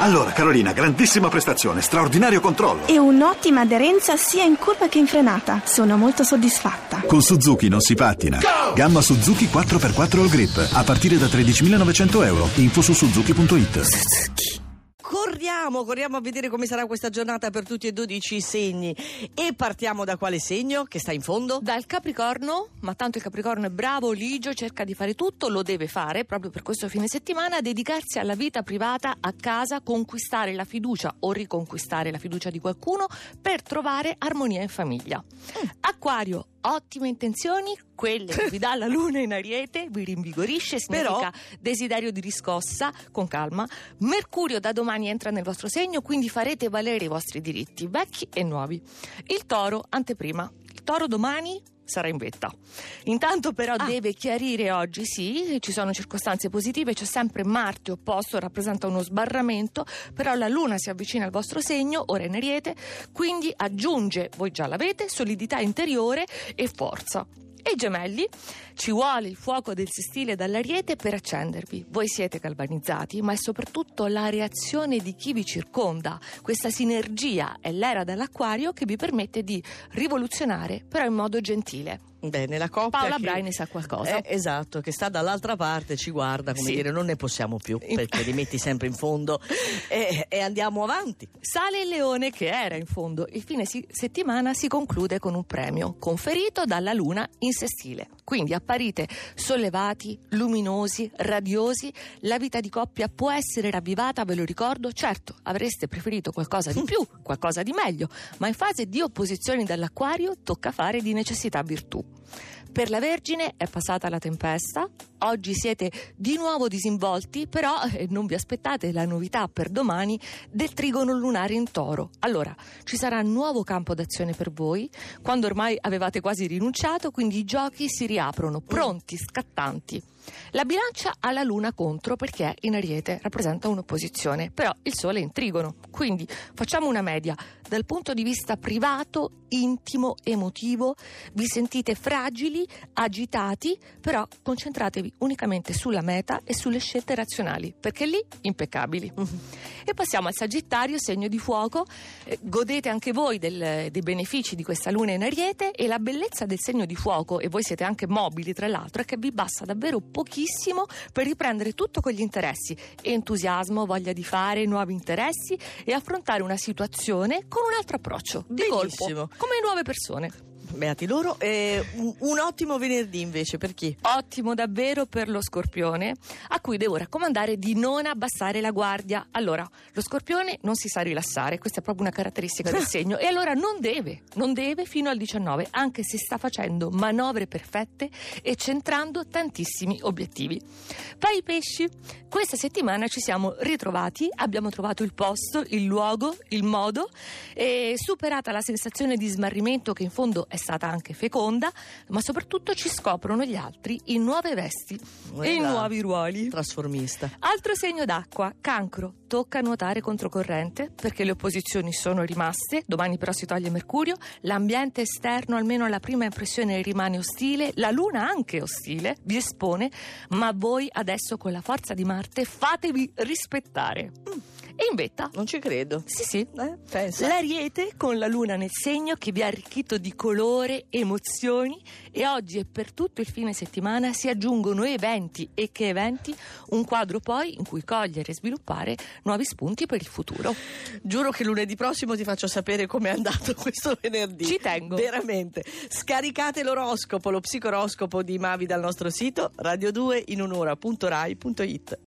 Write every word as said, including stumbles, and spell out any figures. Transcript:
Allora, Carolina, grandissima prestazione, straordinario controllo. E un'ottima aderenza sia in curva che in frenata. Sono molto soddisfatta. Con Suzuki non si pattina. Gamma Suzuki quattro per quattro All Grip a partire da tredicimilanovecento euro. Info su suzuki punto it. Suzuki. Corriamo, corriamo a vedere come sarà questa giornata per tutti e dodici i segni. E partiamo da quale segno che sta in fondo? Dal Capricorno, ma tanto il Capricorno è bravo, ligio, cerca di fare tutto, lo deve fare proprio per questo fine settimana, dedicarsi alla vita privata a casa, conquistare la fiducia o riconquistare la fiducia di qualcuno per trovare armonia in famiglia. Mm. Acquario, ottime intenzioni, quelle che vi dà la luna in Ariete, vi rinvigorisce, significa Però... desiderio di riscossa, con calma. Mercurio da domani entra nel vostro segno, quindi farete valere i vostri diritti, vecchi e nuovi. Il Toro, anteprima. Il Toro domani sarà in vetta. Intanto però ah. deve chiarire oggi, sì, ci sono circostanze positive, c'è sempre Marte opposto, rappresenta uno sbarramento, però la Luna si avvicina al vostro segno, ora in Ariete, quindi aggiunge, voi già l'avete, solidità interiore e forza. E Gemelli, ci vuole il fuoco del sestile dall'Ariete per accendervi. Voi siete galvanizzati, ma è soprattutto la reazione di chi vi circonda. Questa sinergia è l'era dell'Acquario che vi permette di rivoluzionare, però in modo gentile. Bene, la coppia Paola che... Brai ne sa qualcosa. Eh, esatto, che sta dall'altra parte, ci guarda, come sì. dire, non ne possiamo più, perché li metti sempre in fondo e, e andiamo avanti. Sale il Leone, che era in fondo. Il fine si- settimana si conclude con un premio conferito dalla Luna in sestile. Quindi apparite sollevati, luminosi, radiosi. La vita di coppia può essere ravvivata, ve lo ricordo. Certo, avreste preferito qualcosa di più, qualcosa di meglio, ma in fase di opposizioni dall'Acquario tocca fare di necessità virtù. Per la Vergine è passata la tempesta, oggi siete di nuovo disinvolti, però eh, non vi aspettate la novità per domani del trigono lunare in Toro. Allora, ci sarà un nuovo campo d'azione per voi, quando ormai avevate quasi rinunciato, quindi i giochi si riaprono, pronti, scattanti. La Bilancia ha la Luna contro perché in Ariete rappresenta un'opposizione, però il Sole è in trigono, quindi facciamo una media. Dal punto di vista privato, intimo, emotivo, vi sentite fragili, agitati, però concentratevi unicamente sulla meta e sulle scelte razionali, perché lì impeccabili. Mm-hmm. E passiamo al Sagittario, segno di fuoco. Eh, godete anche voi del, dei benefici di questa Luna in Ariete, e la bellezza del segno di fuoco, e voi siete anche mobili tra l'altro, è che vi basta davvero pochissimo per riprendere tutto con gli interessi, entusiasmo, voglia di fare nuovi interessi e affrontare una situazione con un altro approccio, di Benissimo. colpo, come nuove persone. Beati loro. E un, un ottimo venerdì invece per chi? Ottimo davvero per lo Scorpione, a cui devo raccomandare di non abbassare la guardia. Allora, lo Scorpione non si sa rilassare, questa è proprio una caratteristica del segno, e allora non deve, non deve fino al diciannove, anche se sta facendo manovre perfette e centrando tantissimi obiettivi. Vai Pesci, questa settimana ci siamo ritrovati, abbiamo trovato il posto, il luogo, il modo, e superata la sensazione di smarrimento che in fondo è stata anche feconda, ma soprattutto ci scoprono gli altri in nuove vesti e in nuovi ruoli. Trasformista. Altro segno d'acqua, Cancro. Tocca nuotare controcorrente perché le opposizioni sono rimaste, domani però si toglie Mercurio, l'ambiente esterno almeno alla prima impressione rimane ostile, la Luna anche ostile, vi espone, ma voi adesso con la forza di Marte fatevi rispettare. Mm. E in vetta? Non ci credo. Sì, sì. Eh, pensa. L'Ariete con la Luna nel segno che vi ha arricchito di colore, emozioni, e oggi e per tutto il fine settimana si aggiungono eventi, e che eventi? Un quadro poi in cui cogliere e sviluppare nuovi spunti per il futuro. Giuro che lunedì prossimo ti faccio sapere com'è andato questo venerdì. Ci tengo. Veramente. Scaricate l'oroscopo, lo psicoroscopo di Mavi dal nostro sito radio due in un'ora punto rai punto it.